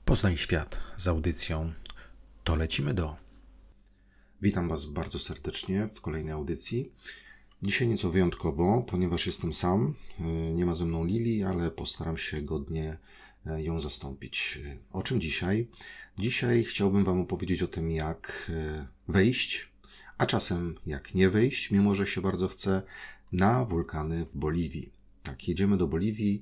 Poznaj świat z audycją To lecimy do. Witam Was bardzo serdecznie w kolejnej audycji. Dzisiaj nieco wyjątkowo, ponieważ jestem sam. Nie ma ze mną Lili, ale postaram się godnie ją zastąpić. O czym dzisiaj? Dzisiaj chciałbym Wam opowiedzieć o tym, jak wejść, a czasem jak nie wejść, mimo że się bardzo chce, na wulkany w Boliwii. Tak, jedziemy do Boliwii.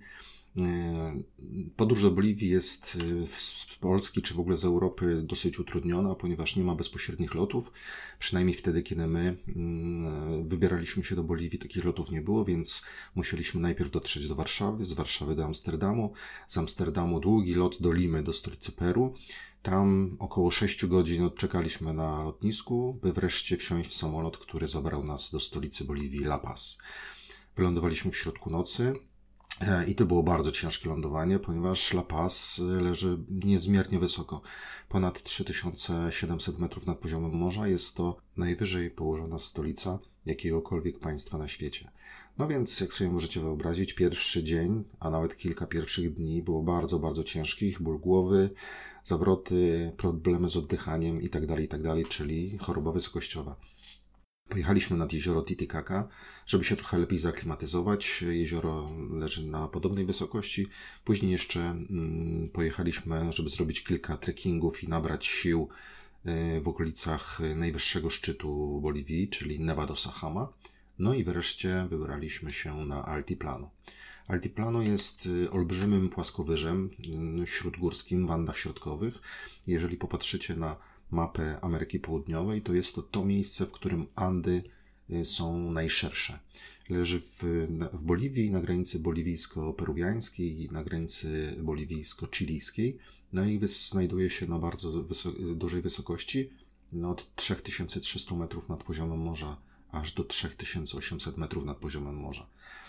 Podróż do Boliwii jest z Polski czy w ogóle z Europy dosyć utrudniona, ponieważ nie ma bezpośrednich lotów. Przynajmniej wtedy, kiedy my wybieraliśmy się do Boliwii, takich lotów nie było, więc musieliśmy najpierw dotrzeć do Warszawy, z Warszawy do Amsterdamu, z Amsterdamu długi lot do Limy, do stolicy Peru. Tam około 6 godzin odczekaliśmy na lotnisku, by wreszcie wsiąść w samolot, który zabrał nas do stolicy Boliwii, La Paz. Wylądowaliśmy w środku nocy. I to było bardzo ciężkie lądowanie, ponieważ La Paz leży niezmiernie wysoko. Ponad 3700 metrów nad poziomem morza. Jest to najwyżej położona stolica jakiegokolwiek państwa na świecie. No więc, jak sobie możecie wyobrazić, pierwszy dzień, a nawet kilka pierwszych dni było bardzo, bardzo ciężkich. Ból głowy, zawroty, problemy z oddychaniem itd., czyli choroba wysokościowa. Pojechaliśmy nad jezioro Titicaca, żeby się trochę lepiej zaaklimatyzować. Jezioro leży na podobnej wysokości. Później jeszcze pojechaliśmy, żeby zrobić kilka trekkingów i nabrać sił w okolicach najwyższego szczytu Boliwii, czyli Nevado Sajama. No i wreszcie wybraliśmy się na Altiplano. Altiplano jest olbrzymim płaskowyżem śródgórskim w Andach Środkowych. Jeżeli popatrzycie na mapę Ameryki Południowej, to jest to miejsce, w którym Andy są najszersze. Leży w Boliwii, na granicy boliwijsko-peruwiańskiej i na granicy boliwijsko-chilijskiej. No i znajduje się na bardzo dużej wysokości, od 3300 metrów nad poziomem morza aż do 3800 metrów nad poziomem morza.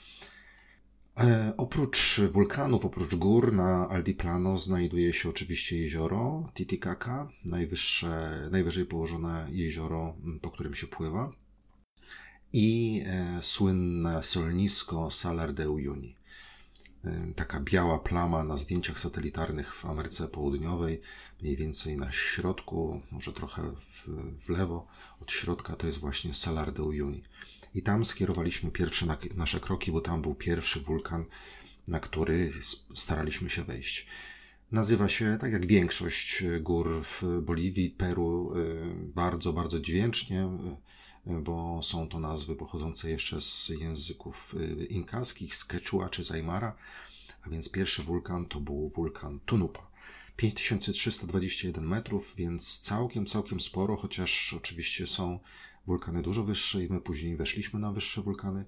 Oprócz wulkanów, oprócz gór na Altiplano znajduje się oczywiście jezioro Titicaca, najwyżej położone jezioro, po którym się pływa, i słynne solnisko Salar de Uyuni. Taka biała plama na zdjęciach satelitarnych w Ameryce Południowej, mniej więcej na środku, może trochę w lewo od środka, to jest właśnie Salar de Uyuni. I tam skierowaliśmy pierwsze nasze kroki, bo tam był pierwszy wulkan, na który staraliśmy się wejść. Nazywa się, tak jak większość gór w Boliwii, Peru, bardzo, bardzo dźwięcznie, bo są to nazwy pochodzące jeszcze z języków inkaskich, z Quechua czy z Aymara, a więc pierwszy wulkan to był wulkan Tunupa. 5321 metrów, więc całkiem sporo, chociaż oczywiście są wulkany dużo wyższe i my później weszliśmy na wyższe wulkany,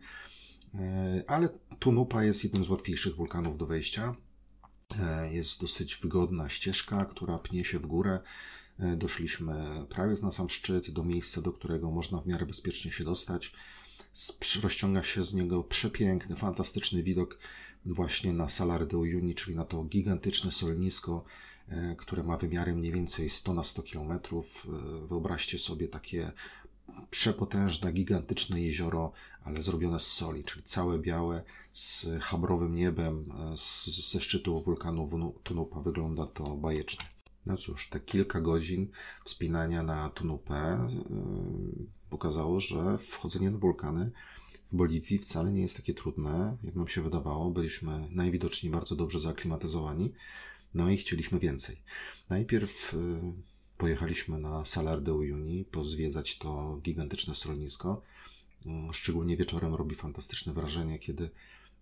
ale Tunupa jest jednym z łatwiejszych wulkanów do wejścia. Jest dosyć wygodna ścieżka, która pnie się w górę. Doszliśmy prawie na sam szczyt, do miejsca, do którego można w miarę bezpiecznie się dostać. Rozciąga się z niego przepiękny, fantastyczny widok właśnie na Salar de Uyuni, czyli na to gigantyczne solnisko, które ma wymiary mniej więcej 100 na 100 km. Wyobraźcie sobie takie przepotężne, gigantyczne jezioro, ale zrobione z soli, czyli całe białe, z chabrowym niebem, ze szczytu wulkanu Tunupa. Wygląda to bajecznie. No cóż, te kilka godzin wspinania na Tunupę pokazało, że wchodzenie na wulkany w Boliwii wcale nie jest takie trudne, jak nam się wydawało. Byliśmy najwidoczniej bardzo dobrze zaaklimatyzowani, no i chcieliśmy więcej. Najpierw pojechaliśmy na Salar de Uyuni, pozwiedzać to gigantyczne solnisko. Szczególnie wieczorem robi fantastyczne wrażenie, kiedy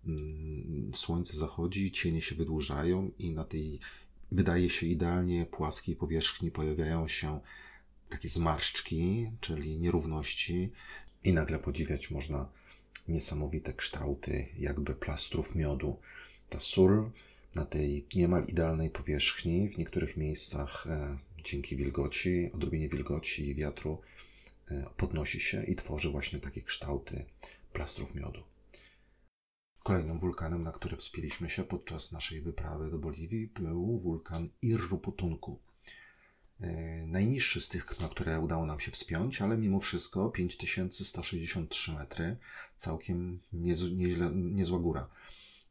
słońce zachodzi, cienie się wydłużają i na tej, wydaje się, idealnie płaskiej powierzchni pojawiają się takie zmarszczki, czyli nierówności, i nagle podziwiać można niesamowite kształty jakby plastrów miodu. Ta sól na tej niemal idealnej powierzchni w niektórych miejscach dzięki wilgoci, odrobinie wilgoci i wiatru podnosi się i tworzy właśnie takie kształty plastrów miodu. Kolejnym wulkanem, na który wspięliśmy się podczas naszej wyprawy do Boliwii, był wulkan Irruputunku. Najniższy z tych, na które udało nam się wspiąć, ale mimo wszystko 5163 metry, całkiem niezła góra.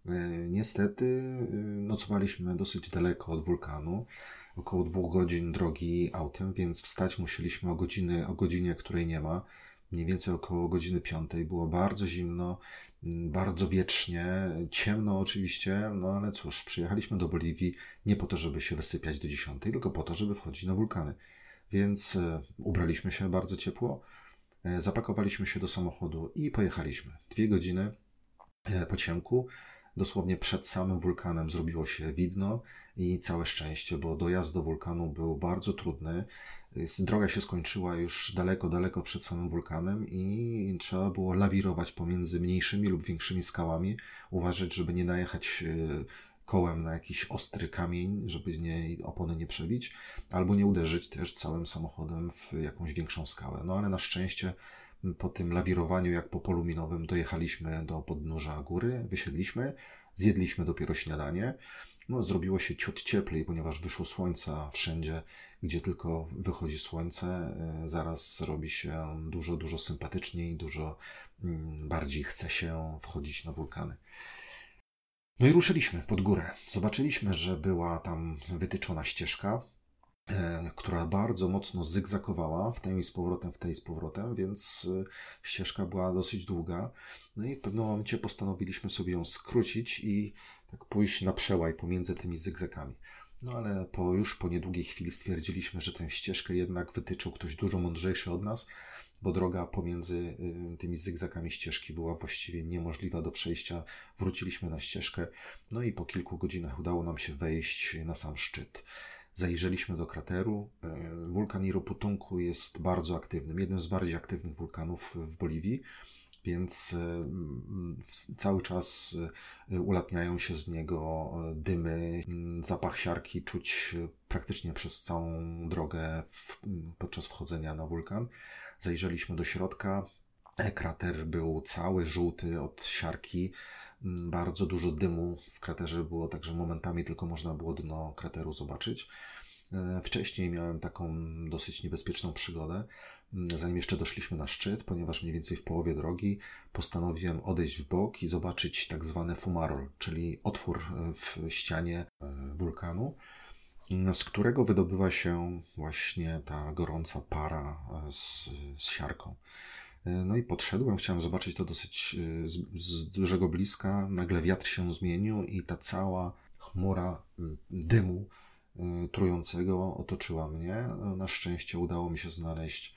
Niestety nocowaliśmy dosyć daleko od wulkanu, około 2 godzin drogi autem, więc wstać musieliśmy o godzinie, której nie ma, mniej więcej około godziny 5. Było bardzo zimno, bardzo wietrznie, ciemno oczywiście, no ale cóż, przyjechaliśmy do Boliwii nie po to, żeby się wysypiać do 10, tylko po to, żeby wchodzić na wulkany. Więc ubraliśmy się bardzo ciepło, zapakowaliśmy się do samochodu i pojechaliśmy. 2 godziny po ciemku, dosłownie przed samym wulkanem zrobiło się widno i całe szczęście, bo dojazd do wulkanu był bardzo trudny. Droga się skończyła już daleko, daleko przed samym wulkanem i trzeba było lawirować pomiędzy mniejszymi lub większymi skałami, uważać, żeby nie najechać kołem na jakiś ostry kamień, żeby opony nie przebić, albo nie uderzyć też całym samochodem w jakąś większą skałę. No ale na szczęście po tym lawirowaniu, jak po polu minowym, dojechaliśmy do podnóża góry, wysiedliśmy, zjedliśmy dopiero śniadanie. No, zrobiło się ciut cieplej, ponieważ wyszło słońca wszędzie, gdzie tylko wychodzi słońce, zaraz robi się dużo, dużo sympatyczniej, dużo bardziej chce się wchodzić na wulkany. No i ruszyliśmy pod górę. Zobaczyliśmy, że była tam wytyczona ścieżka, która bardzo mocno zygzakowała w tej z powrotem, więc ścieżka była dosyć długa. No i w pewnym momencie postanowiliśmy sobie ją skrócić i tak pójść na przełaj pomiędzy tymi zygzakami. No ale już po niedługiej chwili stwierdziliśmy, że tę ścieżkę jednak wytyczył ktoś dużo mądrzejszy od nas, bo droga pomiędzy tymi zygzakami ścieżki była właściwie niemożliwa do przejścia. Wróciliśmy na ścieżkę, no i po kilku godzinach udało nam się wejść na sam szczyt. Zajrzeliśmy do krateru. Wulkan Iroputunku jest bardzo aktywnym, jednym z bardziej aktywnych wulkanów w Boliwii, więc cały czas ulatniają się z niego dymy. Zapach siarki czuć praktycznie przez całą drogę podczas wchodzenia na wulkan. Zajrzeliśmy do środka. Krater był cały żółty od siarki. Bardzo dużo dymu w kraterze było, także momentami tylko można było dno krateru zobaczyć. Wcześniej miałem taką dosyć niebezpieczną przygodę, zanim jeszcze doszliśmy na szczyt, ponieważ mniej więcej w połowie drogi postanowiłem odejść w bok i zobaczyć tak zwany fumarol, czyli otwór w ścianie wulkanu, z którego wydobywa się właśnie ta gorąca para z siarką. No i podszedłem, chciałem zobaczyć to dosyć z dużego bliska. Nagle wiatr się zmienił i ta cała chmura dymu trującego otoczyła mnie. Na szczęście udało mi się znaleźć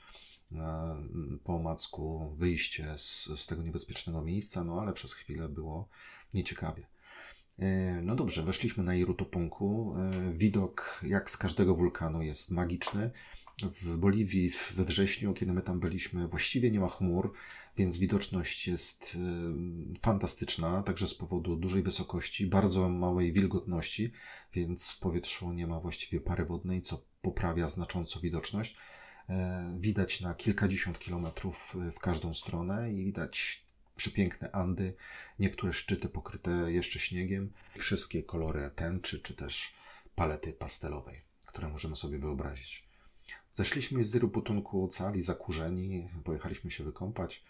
po omacku wyjście z tego niebezpiecznego miejsca, no ale przez chwilę było nieciekawie. No dobrze, weszliśmy na Irutupunku. Widok jak z każdego wulkanu jest magiczny. W Boliwii we wrześniu, kiedy my tam byliśmy, właściwie nie ma chmur, więc widoczność jest fantastyczna, także z powodu dużej wysokości, bardzo małej wilgotności, więc w powietrzu nie ma właściwie pary wodnej, co poprawia znacząco widoczność. Widać na kilkadziesiąt kilometrów w każdą stronę i widać przepiękne Andy, niektóre szczyty pokryte jeszcze śniegiem, wszystkie kolory tęczy czy też palety pastelowej, które możemy sobie wyobrazić. Zeszliśmy z Iruputunku cali zakurzeni, pojechaliśmy się wykąpać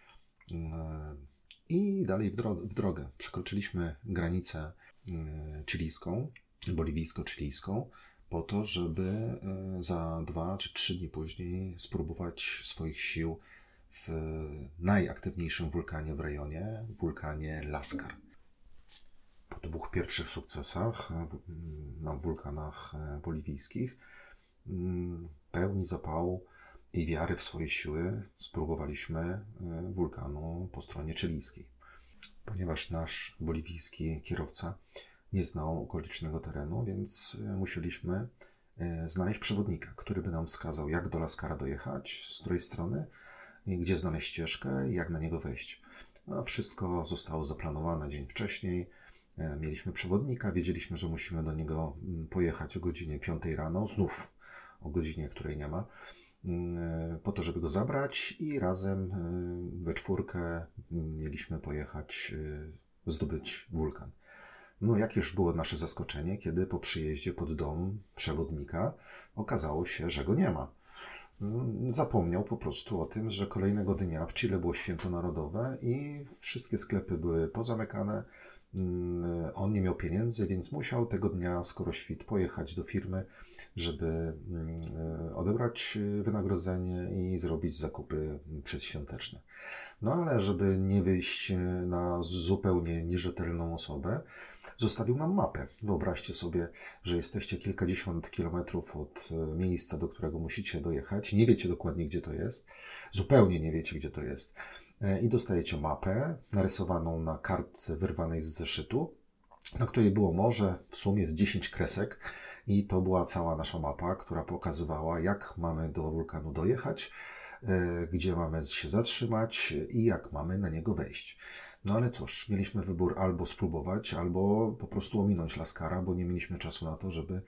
i dalej w drogę. Przekroczyliśmy granicę chilijską, boliwijsko-chilijską, po to, żeby za 2 czy 3 dni później spróbować swoich sił w najaktywniejszym wulkanie w rejonie, wulkanie Lascar. Po 2 pierwszych sukcesach na wulkanach boliwijskich, pełni zapału i wiary w swoje siły, spróbowaliśmy wulkanu po stronie chilijskiej. Ponieważ nasz boliwijski kierowca nie znał okolicznego terenu, więc musieliśmy znaleźć przewodnika, który by nam wskazał, jak do Lascara dojechać, z której strony, gdzie znaleźć ścieżkę i jak na niego wejść. No, wszystko zostało zaplanowane dzień wcześniej. Mieliśmy przewodnika, wiedzieliśmy, że musimy do niego pojechać o godzinie 5 rano, znów o godzinie, której nie ma, po to, żeby go zabrać i razem we czwórkę mieliśmy pojechać, zdobyć wulkan. No jakież było nasze zaskoczenie, kiedy po przyjeździe pod dom przewodnika okazało się, że go nie ma. Zapomniał po prostu o tym, że kolejnego dnia w Chile było święto narodowe i wszystkie sklepy były pozamykane, On nie miał pieniędzy, więc musiał tego dnia, skoro świt, pojechać do firmy, żeby odebrać wynagrodzenie i zrobić zakupy przedświąteczne. No ale żeby nie wyjść na zupełnie nierzetelną osobę, zostawił nam mapę. Wyobraźcie sobie, że jesteście kilkadziesiąt kilometrów od miejsca, do którego musicie dojechać. Nie wiecie dokładnie, gdzie to jest. Zupełnie nie wiecie, gdzie to jest. I dostajecie mapę narysowaną na kartce wyrwanej z zeszytu, na której było morze, w sumie z 10 kresek. I to była cała nasza mapa, która pokazywała, jak mamy do wulkanu dojechać, gdzie mamy się zatrzymać i jak mamy na niego wejść. No ale cóż, mieliśmy wybór albo spróbować, albo po prostu ominąć Lascara, bo nie mieliśmy czasu na to, żeby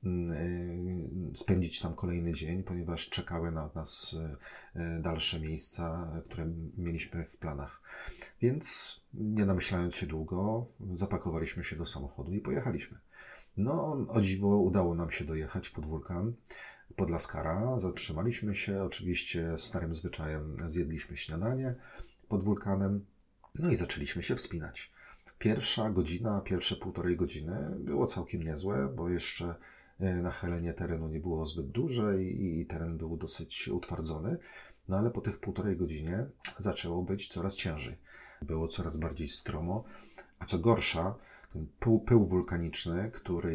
spędzić tam kolejny dzień, ponieważ czekały na nas dalsze miejsca, które mieliśmy w planach. Więc nie namyślając się długo, zapakowaliśmy się do samochodu i pojechaliśmy. No, o dziwo udało nam się dojechać pod wulkan, pod Lascara. Zatrzymaliśmy się, oczywiście starym zwyczajem zjedliśmy śniadanie pod wulkanem, no i zaczęliśmy się wspinać. Pierwsza godzina, pierwsze 1,5 godziny było całkiem niezłe, bo jeszcze nachylenie terenu nie było zbyt duże i teren był dosyć utwardzony, no ale po tych 1,5 godzinie zaczęło być coraz ciężej. Było coraz bardziej stromo, a co gorsza, ten pył wulkaniczny, który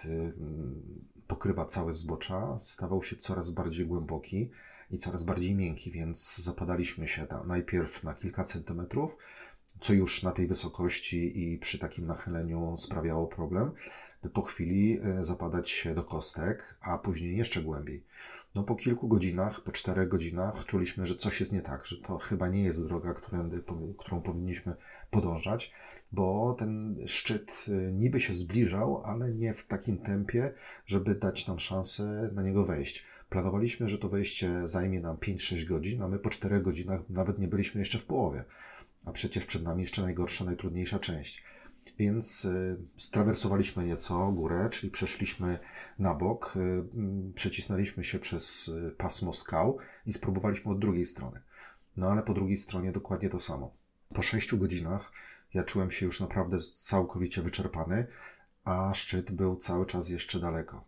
pokrywa całe zbocza, stawał się coraz bardziej głęboki i coraz bardziej miękki, więc zapadaliśmy się najpierw na kilka centymetrów, co już na tej wysokości i przy takim nachyleniu sprawiało problem, by po chwili zapadać się do kostek, a później jeszcze głębiej. No po kilku godzinach, po 4 godzinach czuliśmy, że coś jest nie tak, że to chyba nie jest droga, którą powinniśmy podążać, bo ten szczyt niby się zbliżał, ale nie w takim tempie, żeby dać nam szansę na niego wejść. Planowaliśmy, że to wejście zajmie nam 5-6 godzin, a my po 4 godzinach nawet nie byliśmy jeszcze w połowie. A przecież przed nami jeszcze najgorsza, najtrudniejsza część. Więc strawersowaliśmy nieco górę, czyli przeszliśmy na bok, przecisnęliśmy się przez pasmo skał i spróbowaliśmy od drugiej strony. No ale po drugiej stronie dokładnie to samo. Po 6 godzinach ja czułem się już naprawdę całkowicie wyczerpany, a szczyt był cały czas jeszcze daleko.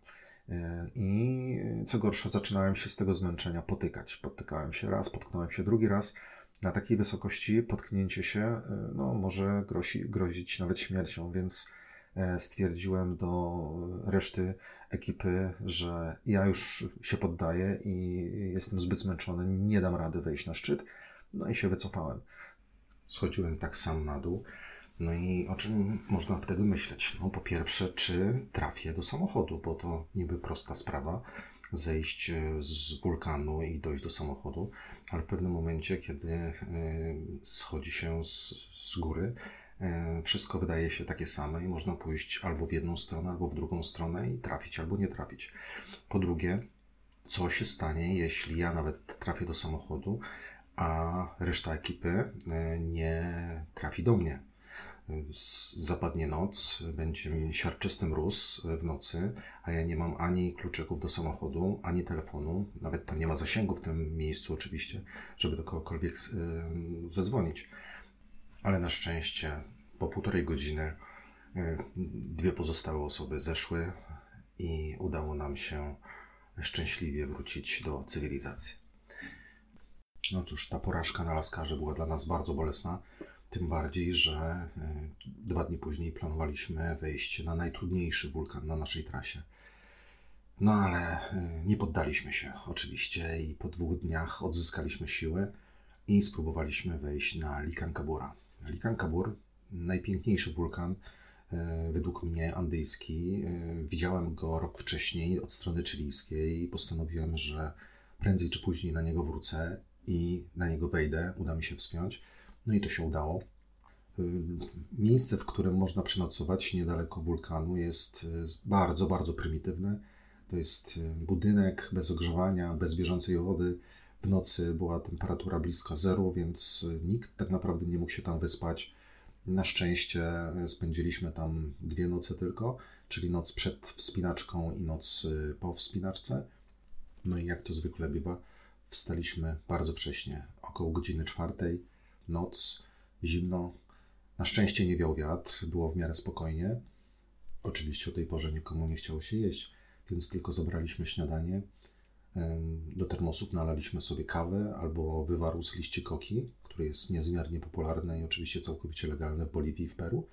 I co gorsza, zaczynałem się z tego zmęczenia potykać. Potykałem się raz, potknąłem się drugi raz. Na takiej wysokości potknięcie się może grozić nawet śmiercią, więc stwierdziłem do reszty ekipy, że ja już się poddaję i jestem zbyt zmęczony, nie dam rady wejść na szczyt. No i się wycofałem. Schodziłem tak sam na dół. No i o czym można wtedy myśleć? No po pierwsze, czy trafię do samochodu, bo to niby prosta sprawa, zejść z wulkanu i dojść do samochodu, ale w pewnym momencie, kiedy schodzi się z góry, wszystko wydaje się takie same i można pójść albo w jedną stronę, albo w drugą stronę i trafić, albo nie trafić. Po drugie, co się stanie, jeśli ja nawet trafię do samochodu, a reszta ekipy nie trafi do mnie? Zapadnie noc, będzie siarczysty mróz w nocy, a ja nie mam ani kluczyków do samochodu, ani telefonu, nawet tam nie ma zasięgu w tym miejscu oczywiście, żeby do kogokolwiek zadzwonić. Ale na szczęście po 1,5 godziny 2 pozostałe osoby zeszły i udało nam się szczęśliwie wrócić do cywilizacji. No cóż, ta porażka na Laskarze była dla nas bardzo bolesna. Tym bardziej, że 2 dni później planowaliśmy wejście na najtrudniejszy wulkan na naszej trasie. No ale nie poddaliśmy się oczywiście i po 2 dniach odzyskaliśmy siły i spróbowaliśmy wejść na Licancabura. Licancabur, najpiękniejszy wulkan, według mnie andyjski. Widziałem go rok wcześniej od strony chilijskiej i postanowiłem, że prędzej czy później na niego wrócę i na niego wejdę, uda mi się wspiąć. No i to się udało. Miejsce, w którym można przenocować niedaleko wulkanu jest bardzo, bardzo prymitywne. To jest budynek bez ogrzewania, bez bieżącej wody. W nocy była temperatura blisko zeru, więc nikt tak naprawdę nie mógł się tam wyspać. Na szczęście spędziliśmy tam 2 noce tylko, czyli noc przed wspinaczką i noc po wspinaczce. No i jak to zwykle bywa, wstaliśmy bardzo wcześnie, około godziny 4. Noc, zimno, Na szczęście nie wiał wiatr, było w miarę spokojnie. Oczywiście o tej porze nikomu nie chciało się jeść, więc tylko zabraliśmy śniadanie. Do termosów nalaliśmy sobie kawę albo wywaru z liści koki, który jest niezmiernie popularny i oczywiście całkowicie legalny w Boliwii i w Peru.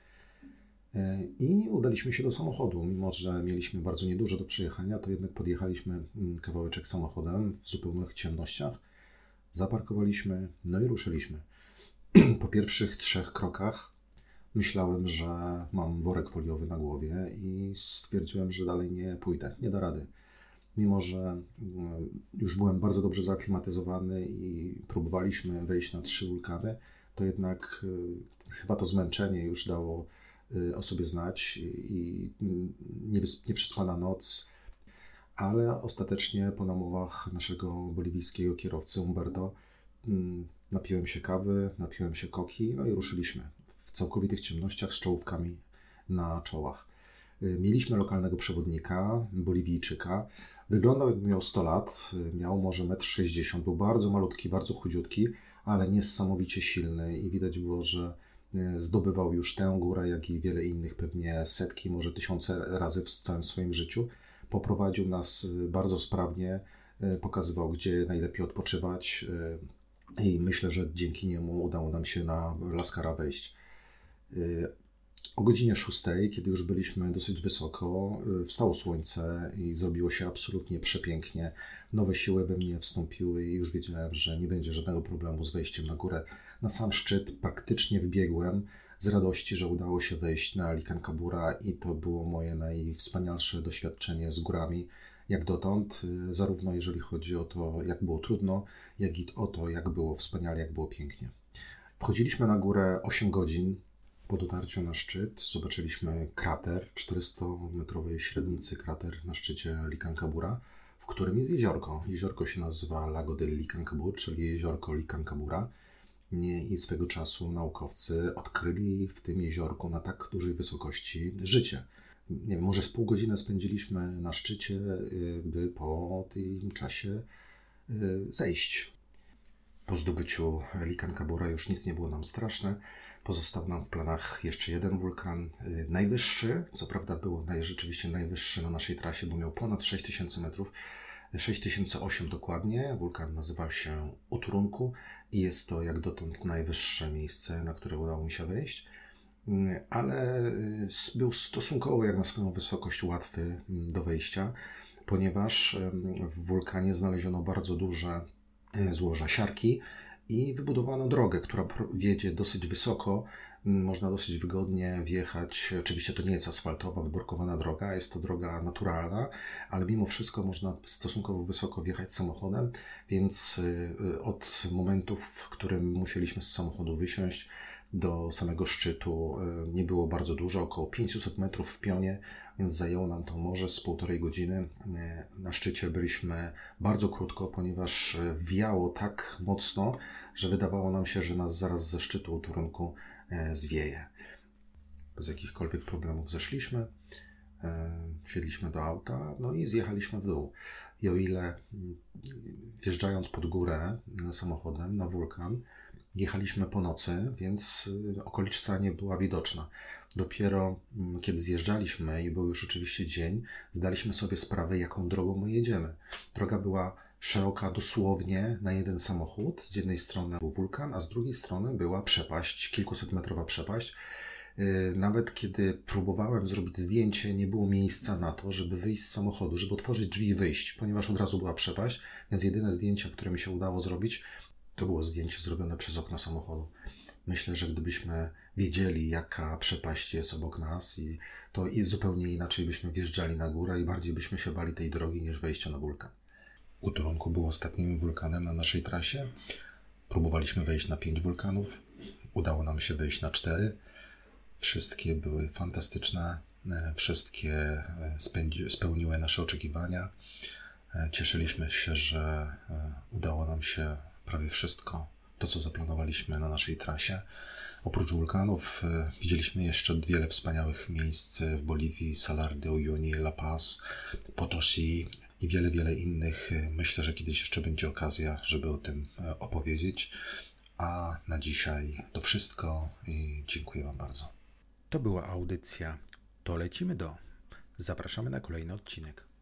I udaliśmy się do samochodu. Mimo że mieliśmy bardzo niedużo do przejechania, to jednak podjechaliśmy kawałeczek samochodem w zupełnych ciemnościach. Zaparkowaliśmy, no i ruszyliśmy. Po pierwszych 3 krokach myślałem, że mam worek foliowy na głowie i stwierdziłem, że dalej nie pójdę, nie da rady. Mimo że już byłem bardzo dobrze zaaklimatyzowany i próbowaliśmy wejść na 3 wulkany, to jednak chyba to zmęczenie już dało o sobie znać i nieprzespana noc, ale ostatecznie po namowach naszego boliwijskiego kierowcy Humberto napiłem się kawy, napiłem się koki, no i ruszyliśmy w całkowitych ciemnościach z czołówkami na czołach. Mieliśmy lokalnego przewodnika, Boliwijczyka. Wyglądał jakby miał 100 lat, miał może 1,60 m, był bardzo malutki, bardzo chudziutki, ale niesamowicie silny i widać było, że zdobywał już tę górę, jak i wiele innych, pewnie setki, może tysiące razy w całym swoim życiu. Poprowadził nas bardzo sprawnie, pokazywał, gdzie najlepiej odpoczywać i myślę, że dzięki niemu udało nam się na Lascara wejść. O godzinie 6, kiedy już byliśmy dosyć wysoko, wstało słońce i zrobiło się absolutnie przepięknie. Nowe siły we mnie wstąpiły i już wiedziałem, że nie będzie żadnego problemu z wejściem na górę. Na sam szczyt praktycznie wbiegłem z radości, że udało się wejść na Licancabura i to było moje najwspanialsze doświadczenie z górami jak dotąd, zarówno jeżeli chodzi o to, jak było trudno, jak i o to, jak było wspaniale, jak było pięknie. Wchodziliśmy na górę 8 godzin. Po dotarciu na szczyt zobaczyliśmy krater, 400-metrowej średnicy krater na szczycie Licancabura, w którym jest jeziorko. Jeziorko się nazywa Lago del Licancabur, czyli jeziorko Licancabura. I swego czasu naukowcy odkryli w tym jeziorku na tak dużej wysokości życie. Nie wiem, może z pół godziny spędziliśmy na szczycie, by po tym czasie zejść. Po zdobyciu Licancabura już nic nie było nam straszne. Pozostał nam w planach jeszcze jeden wulkan, najwyższy, co prawda był rzeczywiście najwyższy na naszej trasie, bo miał ponad 6000 metrów, 6008 dokładnie. Wulkan nazywał się Uturunku i jest to jak dotąd najwyższe miejsce, na które udało mi się wejść, ale był stosunkowo jak na swoją wysokość łatwy do wejścia, ponieważ w wulkanie znaleziono bardzo duże złoża siarki i wybudowano drogę, która wiedzie dosyć wysoko. Można dosyć wygodnie wjechać. Oczywiście to nie jest asfaltowa, wyborkowana droga, jest to droga naturalna, ale mimo wszystko można stosunkowo wysoko wjechać samochodem, więc od momentu, w którym musieliśmy z samochodu wysiąść do samego szczytu, nie było bardzo dużo, około 500 metrów w pionie, więc zajęło nam to może z 1,5 godziny. Na szczycie byliśmy bardzo krótko, ponieważ wiało tak mocno, że wydawało nam się, że nas zaraz ze szczytu Uturunku zwieje. Bez jakichkolwiek problemów zeszliśmy, wsiedliśmy do auta, no i zjechaliśmy w dół. I o ile wjeżdżając pod górę samochodem na wulkan, jechaliśmy po nocy, więc okolica nie była widoczna. Dopiero kiedy zjeżdżaliśmy i był już oczywiście dzień, zdaliśmy sobie sprawę, jaką drogą my jedziemy. Droga była szeroka dosłownie na jeden samochód. Z jednej strony był wulkan, a z drugiej strony była przepaść, kilkusetmetrowa przepaść. Nawet kiedy próbowałem zrobić zdjęcie, nie było miejsca na to, żeby wyjść z samochodu, żeby otworzyć drzwi i wyjść, ponieważ od razu była przepaść, więc jedyne zdjęcie, które mi się udało zrobić, to było zdjęcie zrobione przez okno samochodu. Myślę, że gdybyśmy wiedzieli, jaka przepaść jest obok nas, to zupełnie inaczej byśmy wjeżdżali na górę i bardziej byśmy się bali tej drogi niż wejścia na wulkan. Uturunku był ostatnim wulkanem na naszej trasie. Próbowaliśmy wejść na 5 wulkanów. Udało nam się wejść na 4. Wszystkie były fantastyczne. Wszystkie spełniły nasze oczekiwania. Cieszyliśmy się, że udało nam się prawie wszystko, to co zaplanowaliśmy na naszej trasie. Oprócz wulkanów widzieliśmy jeszcze wiele wspaniałych miejsc w Boliwii, Salar de Uyuni, La Paz, Potosi i wiele innych. Myślę, że kiedyś jeszcze będzie okazja, żeby o tym opowiedzieć. A na dzisiaj to wszystko i dziękuję Wam bardzo. To była audycja To lecimy do. Zapraszamy na kolejny odcinek.